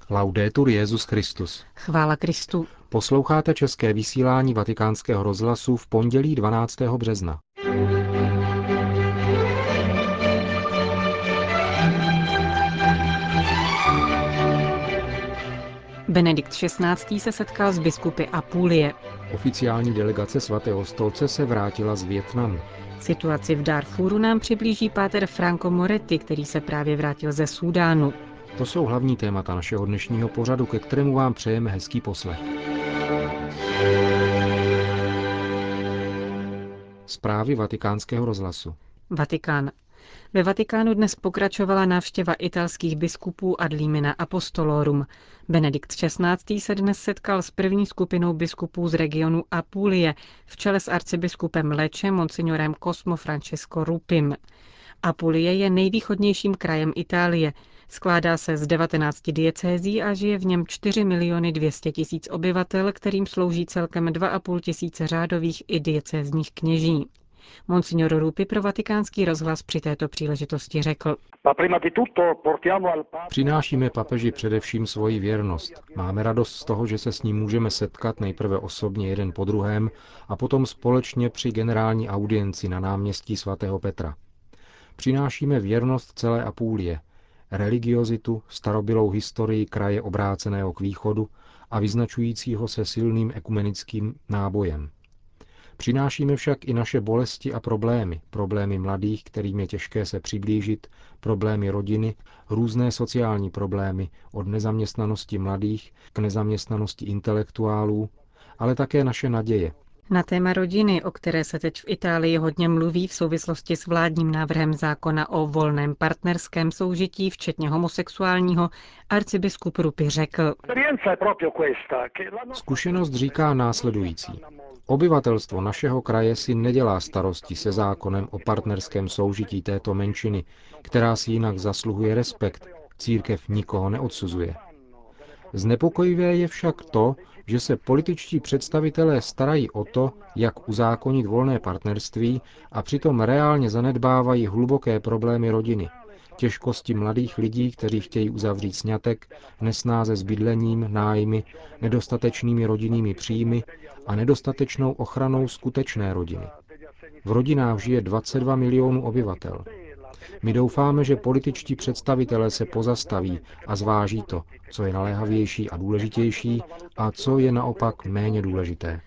Laudetur Jesus Christus. Chvála Kristu. Posloucháte české vysílání Vatikánského rozhlasu v pondělí 12. března. Benedikt XVI. Se setkal s biskupy Apulie. Oficiální delegace Svatého stolce se vrátila z Vietnamu. Situaci v Darfuru nám přiblíží páter Franco Moretti, který se právě vrátil ze Súdánu. To jsou hlavní témata našeho dnešního pořadu, ke kterému vám přejeme hezký poslech. Zprávy Vatikánského rozhlasu. Vatikán. Ve Vatikánu dnes pokračovala návštěva italských biskupů ad limina apostolorum. Benedikt XVI. Se dnes setkal s první skupinou biskupů z regionu Apulie v čele s arcibiskupem Lecce monsignorem Cosmo Francesco Rupim. Apulie je nejvýchodnějším krajem Itálie. Skládá se z 19 diecézí a žije v něm 4 200 000 obyvatel, kterým slouží celkem 2,5 tisíce řádových i diecézních kněží. Monsignor Rupi pro Vatikánský rozhlas při této příležitosti řekl: Přinášíme papeži především svoji věrnost. Máme radost z toho, že se s ním můžeme setkat nejprve osobně jeden po druhém a potom společně při generální audienci na náměstí svatého Petra. Přinášíme věrnost celé Apulie, religiozitu, starobylou historii kraje obráceného k východu a vyznačujícího se silným ekumenickým nábojem. Přinášíme však i naše bolesti a problémy mladých, kterým je těžké se přiblížit, problémy rodiny, různé sociální problémy, od nezaměstnanosti mladých k nezaměstnanosti intelektuálů, ale také naše naděje. Na téma rodiny, o které se teď v Itálii hodně mluví v souvislosti s vládním návrhem zákona o volném partnerském soužití, včetně homosexuálního, arcibiskup Rupi řekl: Zkušenost říká následující. Obyvatelstvo našeho kraje si nedělá starosti se zákonem o partnerském soužití této menšiny, která si jinak zasluhuje respekt. Církev nikoho neodsuzuje. Znepokojivé je však to, že se političtí představitelé starají o to, jak uzákonit volné partnerství a přitom reálně zanedbávají hluboké problémy rodiny, těžkosti mladých lidí, kteří chtějí uzavřít sňatek, nesnáze s bydlením, nájmy, nedostatečnými rodinnými příjmy a nedostatečnou ochranou skutečné rodiny. V rodinách žije 22 milionů obyvatel. My doufáme, že političtí představitelé se pozastaví a zváží to, co je naléhavější a důležitější a co je naopak méně důležité.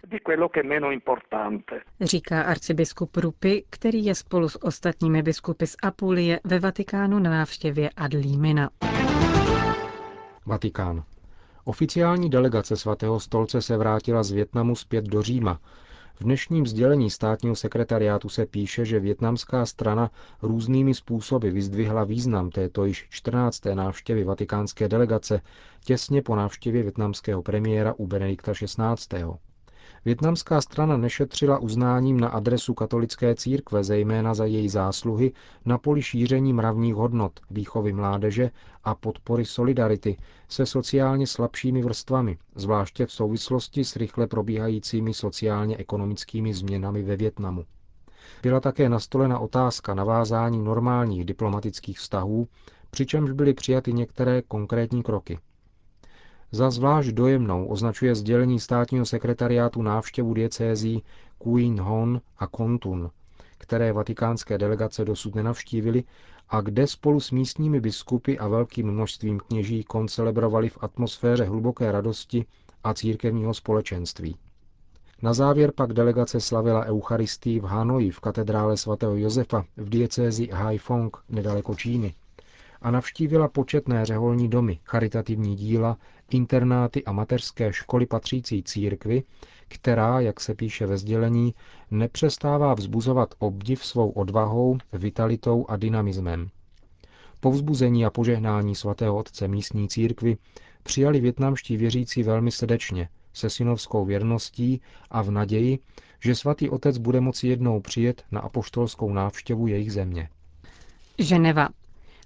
Říká arcibiskup Rupi, který je spolu s ostatními biskupy z Apulie ve Vatikánu na návštěvě ad limina. Vatikán. Oficiální delegace Svatého stolce se vrátila z Vietnamu zpět do Říma. V dnešním sdělení státního sekretariátu se píše, že vietnamská strana různými způsoby vyzdvihla význam této již 14. návštěvy vatikánské delegace těsně po návštěvě vietnamského premiéra u Benedikta XVI. Vietnamská strana nešetřila uznáním na adresu katolické církve, zejména za její zásluhy na poli šíření mravních hodnot, výchovy mládeže a podpory solidarity se sociálně slabšími vrstvami, zvláště v souvislosti s rychle probíhajícími sociálně-ekonomickými změnami ve Vietnamu. Byla také nastolena otázka navázání normálních diplomatických vztahů, přičemž byly přijaty některé konkrétní kroky. Za zvlášť dojemnou označuje sdělení státního sekretariátu návštěvu diecézí Queen Hon a Kontun, které vatikánské delegace dosud nenavštívily a kde spolu s místními biskupy a velkým množstvím kněží koncelebrovali v atmosféře hluboké radosti a církevního společenství. Na závěr pak delegace slavila eucharistii v Hanoji v katedrále svatého Josefa v diecézi Haiphong nedaleko Číny a navštívila početné řeholní domy, charitativní díla, internáty a mateřské školy patřící církvi, která, jak se píše ve sdělení, nepřestává vzbuzovat obdiv svou odvahou, vitalitou a dynamismem. Povzbuzení a požehnání svatého otce místní církvi přijali vietnamští věřící velmi srdečně, se synovskou věrností a v naději, že svatý otec bude moci jednou přijet na apoštolskou návštěvu jejich země. Ženeva.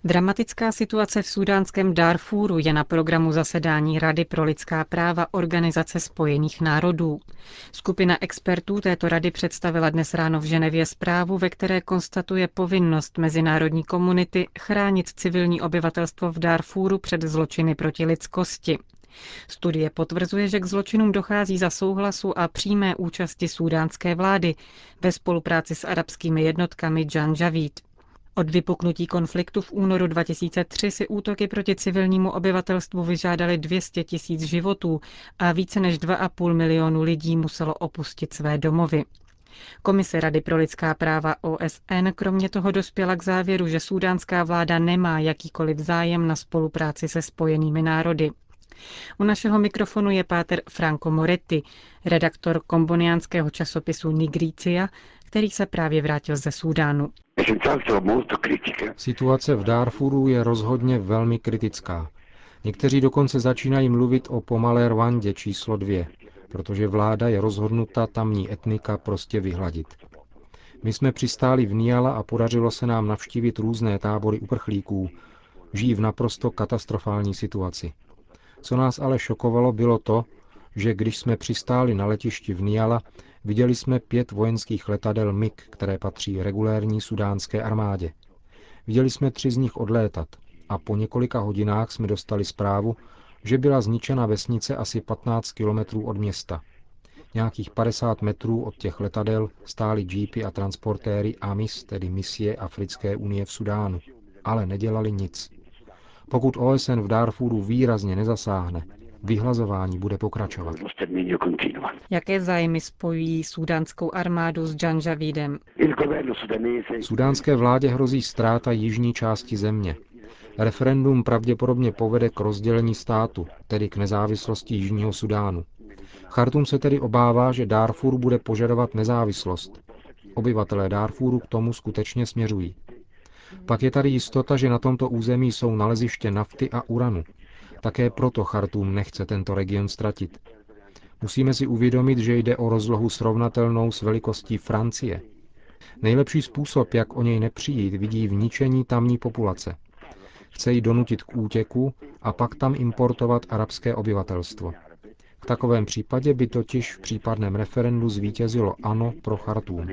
Dramatická situace v súdánském Darfúru je na programu zasedání Rady pro lidská práva Organizace spojených národů. Skupina expertů této rady představila dnes ráno v Ženevě zprávu, ve které konstatuje povinnost mezinárodní komunity chránit civilní obyvatelstvo v Darfúru před zločiny proti lidskosti. Studie potvrzuje, že k zločinům dochází za souhlasu a přímé účasti súdánské vlády ve spolupráci s arabskými jednotkami Janjaweed. Od vypuknutí konfliktu v únoru 2003 si útoky proti civilnímu obyvatelstvu vyžádaly 200 000 životů a více než 2,5 milionu lidí muselo opustit své domovy. Komise Rady pro lidská práva OSN kromě toho dospěla k závěru, že súdánská vláda nemá jakýkoliv zájem na spolupráci se Spojenými národy. U našeho mikrofonu je páter Franco Moretti, redaktor komboniánského časopisu Nigrizia, který se právě vrátil ze Súdánu. Situace v Darfuru je rozhodně velmi kritická. Někteří dokonce začínají mluvit o pomalé Rwandě číslo 2, protože vláda je rozhodnuta tamní etnika prostě vyhladit. My jsme přistáli v Niala a podařilo se nám navštívit různé tábory uprchlíků. Žijí v naprosto katastrofální situaci. Co nás ale šokovalo, bylo to, že když jsme přistáli na letišti v Niala, viděli jsme 5 vojenských letadel MiG, které patří regulérní sudánské armádě. Viděli jsme 3 z nich odlétat a po několika hodinách jsme dostali zprávu, že byla zničena vesnice asi 15 kilometrů od města. Nějakých 50 metrů od těch letadel stály džípy a transportéry AMIS, tedy misie Africké unie v Sudánu, ale nedělali nic. Pokud OSN v Darfuru výrazně nezasáhne, vyhlazování bude pokračovat. Jaké zájmy spojují súdánskou armádu s Janjaweedem? Sudánské vládě hrozí ztráta jižní části země. Referendum pravděpodobně povede k rozdělení státu, tedy k nezávislosti Jižního Sudánu. Chartum se tedy obává, že Darfur bude požadovat nezávislost. Obyvatelé Darfuru k tomu skutečně směřují. Pak je tady jistota, že na tomto území jsou naleziště nafty a uranu. Také proto Chartum nechce tento region ztratit. Musíme si uvědomit, že jde o rozlohu srovnatelnou s velikostí Francie. Nejlepší způsob, jak o něj nepřijít, vidí v ničení tamní populace. Chce ji donutit k útěku a pak tam importovat arabské obyvatelstvo. V takovém případě by totiž v případném referendu zvítězilo ano pro Chartum.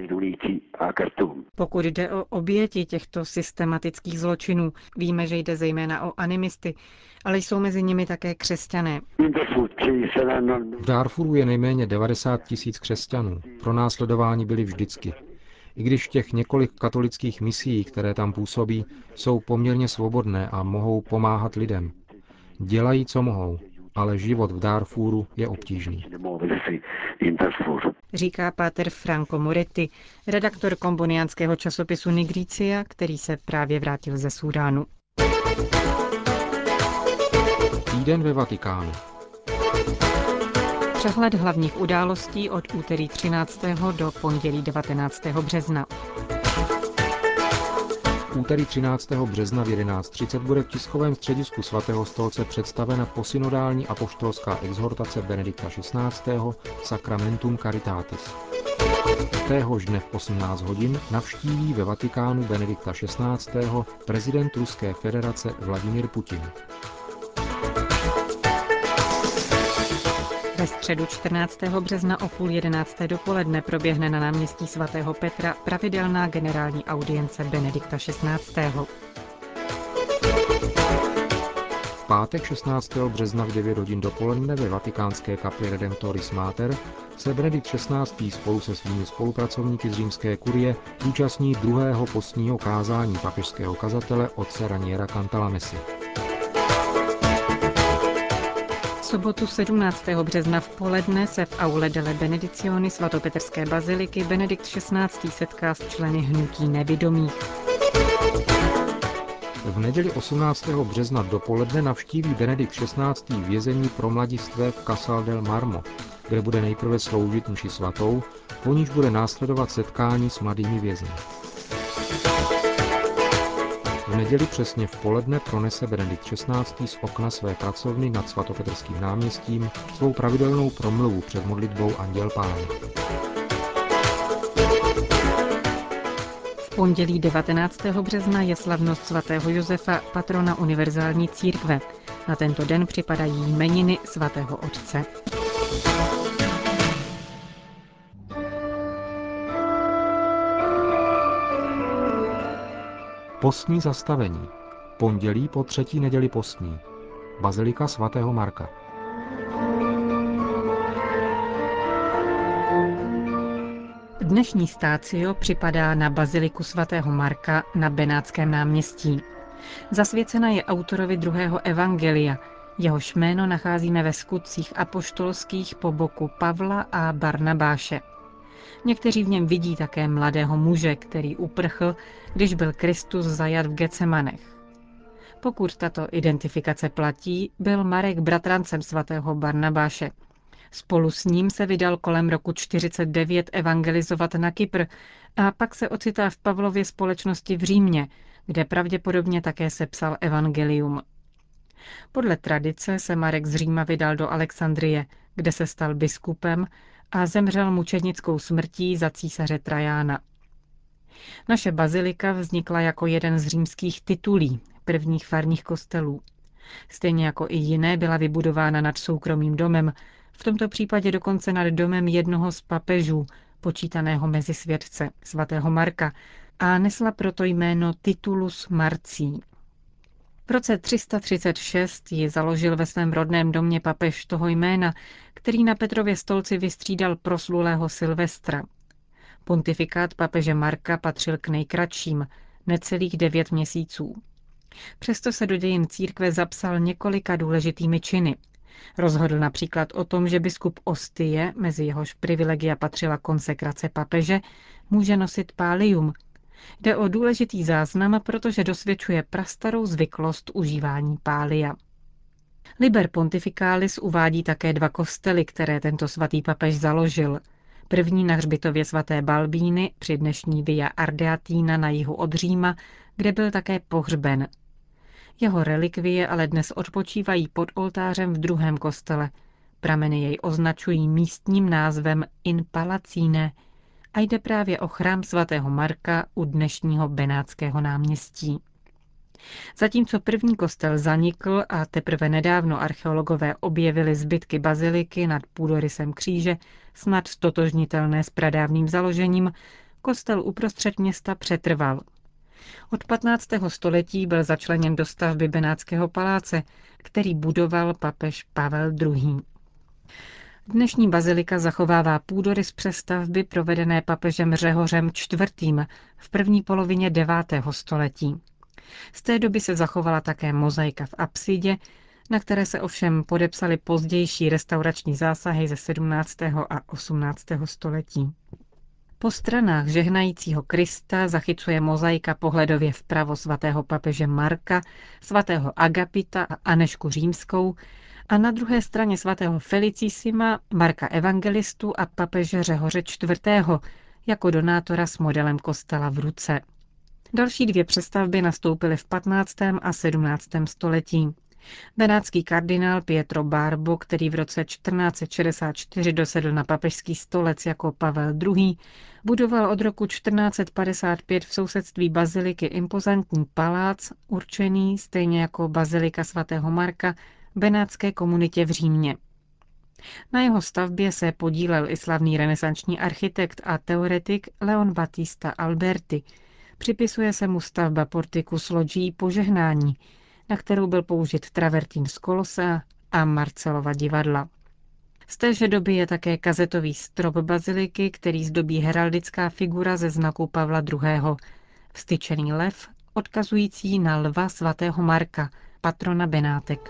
Pokud jde o oběti těchto systematických zločinů, víme, že jde zejména o animisty, ale jsou mezi nimi také křesťané. V Darfuru je nejméně 90 000 křesťanů. Pronásledování byli vždycky. I když těch několik katolických misií, které tam působí, jsou poměrně svobodné a mohou pomáhat lidem. Dělají, co mohou, ale život v Darfuru je obtížný. Říká páter Franco Moretti, redaktor komboniánského časopisu Nigrizia, který se právě vrátil ze Súdánu. Týden ve Vatikánu. Přehled hlavních událostí od úterý 13. do pondělí 19. března. V úterý 13. března v 11:30 bude v tiskovém středisku svatého stolce představena posynodální apoštolská exhortace Benedikta XVI. Sacramentum Caritatis. Téhož dne v 18 hodin navštíví ve Vatikánu Benedikta XVI. Prezident Ruské federace Vladimír Putin. Ve středu 14. března o 10:30 dopoledne proběhne na náměstí svatého Petra pravidelná generální audience Benedikta XVI. V pátek 16. března v 9 hodin dopoledne ve vatikánské kapli Redemptoris Mater se Benedikt XVI. Spolu se svými spolupracovníky z římské kurie účastní druhého postního kázání papežského kazatele otce Raniera Cantalamessy. V sobotu 17. března v poledne se v aule delle Benedicioni svatopetrské baziliky Benedikt XVI. Setká s členy hnutí nevidomých. V neděli 18. března dopoledne navštíví Benedikt XVI. Vězení pro mladistvé v Casal del Marmo, kde bude nejprve sloužit mši svatou, po níž bude následovat setkání s mladými vězni. V neděli přesně v poledne pronese Benedikt XVI. Z okna své pracovny nad svatopetrským náměstím svou pravidelnou promluvu před modlitbou Anděl Páně. V Pondělí 19. března je slavnost svatého Josefa, patrona univerzální církve. Na tento den připadají jmeniny svatého otce. Postní zastavení. Pondělí po třetí neděli postní. Bazilika svatého Marka. Dnešní stácio připadá na baziliku svatého Marka na Benátském náměstí. Zasvěcena je autorovi druhého evangelia. Jehož jméno nacházíme ve skutcích apoštolských po boku Pavla a Barnabáše. Někteří v něm vidí také mladého muže, který uprchl, když byl Kristus zajat v Getsemanech. Pokud tato identifikace platí, byl Marek bratrancem svatého Barnabáše. Spolu s ním se vydal kolem roku 49 evangelizovat na Kypr a pak se ocitá v Pavlově společnosti v Římě, kde pravděpodobně také sepsal evangelium. Podle tradice se Marek z Říma vydal do Alexandrie, kde se stal biskupem a zemřel mučednickou smrtí za císaře Trajána. Naše bazilika vznikla jako jeden z římských titulí, prvních farních kostelů. Stejně jako i jiné byla vybudována nad soukromým domem, v tomto případě dokonce nad domem jednoho z papežů, počítaného mezi světce, svatého Marka, a nesla proto jméno Titulus Marcí. V roce 336 ji založil ve svém rodném domě papež toho jména, který na Petrově stolci vystřídal proslulého Silvestra. Pontifikát papeže Marka patřil k nejkratším, necelých 9 měsíců. Přesto se do dějin církve zapsal několika důležitými činy. Rozhodl například o tom, že biskup Ostie, mezi jehož privilegia patřila konsekrace papeže, může nosit pálium. Jde o důležitý záznam, protože dosvědčuje prastarou zvyklost užívání pália. Liber Pontificalis uvádí také 2 kostely, které tento svatý papež založil. První na hřbitově svaté Balbíny při dnešní Via Ardeatina na jihu od Říma, kde byl také pohřben. Jeho relikvie ale dnes odpočívají pod oltářem v druhém kostele. Prameny jej označují místním názvem In Palacine a jde právě o chrám svatého Marka u dnešního Benátského náměstí. Zatímco první kostel zanikl a teprve nedávno archeologové objevili zbytky baziliky nad půdorysem kříže, snad stotožnitelné s pradávným založením, kostel uprostřed města přetrval. Od 15. století byl začleněn do stavby Benátského paláce, který budoval papež Pavel II. Dnešní bazilika zachovává půdorys přestavby provedené papežem Řehořem IV. V první polovině 9. století. Z té doby se zachovala také mozaika v apsidě, na které se ovšem podepsaly pozdější restaurační zásahy ze 17. a 18. století. Po stranách žehnajícího Krista zachycuje mozaika pohledově vpravo svatého papeže Marka, svatého Agapita a Anežku Římskou a na druhé straně svatého Felicissima, Marka Evangelistu a papeže Řehoře IV. Jako donátora s modelem kostela v ruce. Další 2 přestavby nastoupily v 15. a 17. století. Benátský kardinál Pietro Barbo, který v roce 1464 dosedl na papežský stolec jako Pavel II., budoval od roku 1455 v sousedství baziliky impozantní palác, určený, stejně jako bazilika svatého Marka, benátské komunitě v Římě. Na jeho stavbě se podílel i slavný renesanční architekt a teoretik Leon Battista Alberti. Připisuje se mu stavba portiku s lodží Požehnání, na kterou byl použit travertín z Kolosea a Marcelova divadla. Z téže doby je také kazetový strop baziliky, který zdobí heraldická figura ze znaku Pavla II. Vztyčený lev, odkazující na lva svatého Marka, patrona Benátek.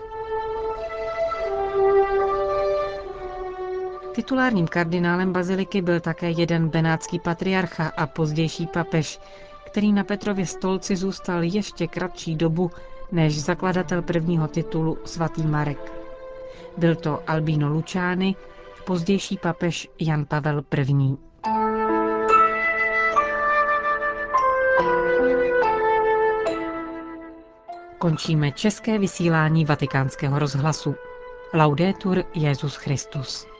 Titulárním kardinálem baziliky byl také jeden benátský patriarcha a pozdější papež, který na Petrově stolci zůstal ještě kratší dobu než zakladatel prvního titulu svatý Marek. Byl to Albino Luciani, pozdější papež Jan Pavel I. Končíme české vysílání Vatikánského rozhlasu. Laudetur Jesus Christus.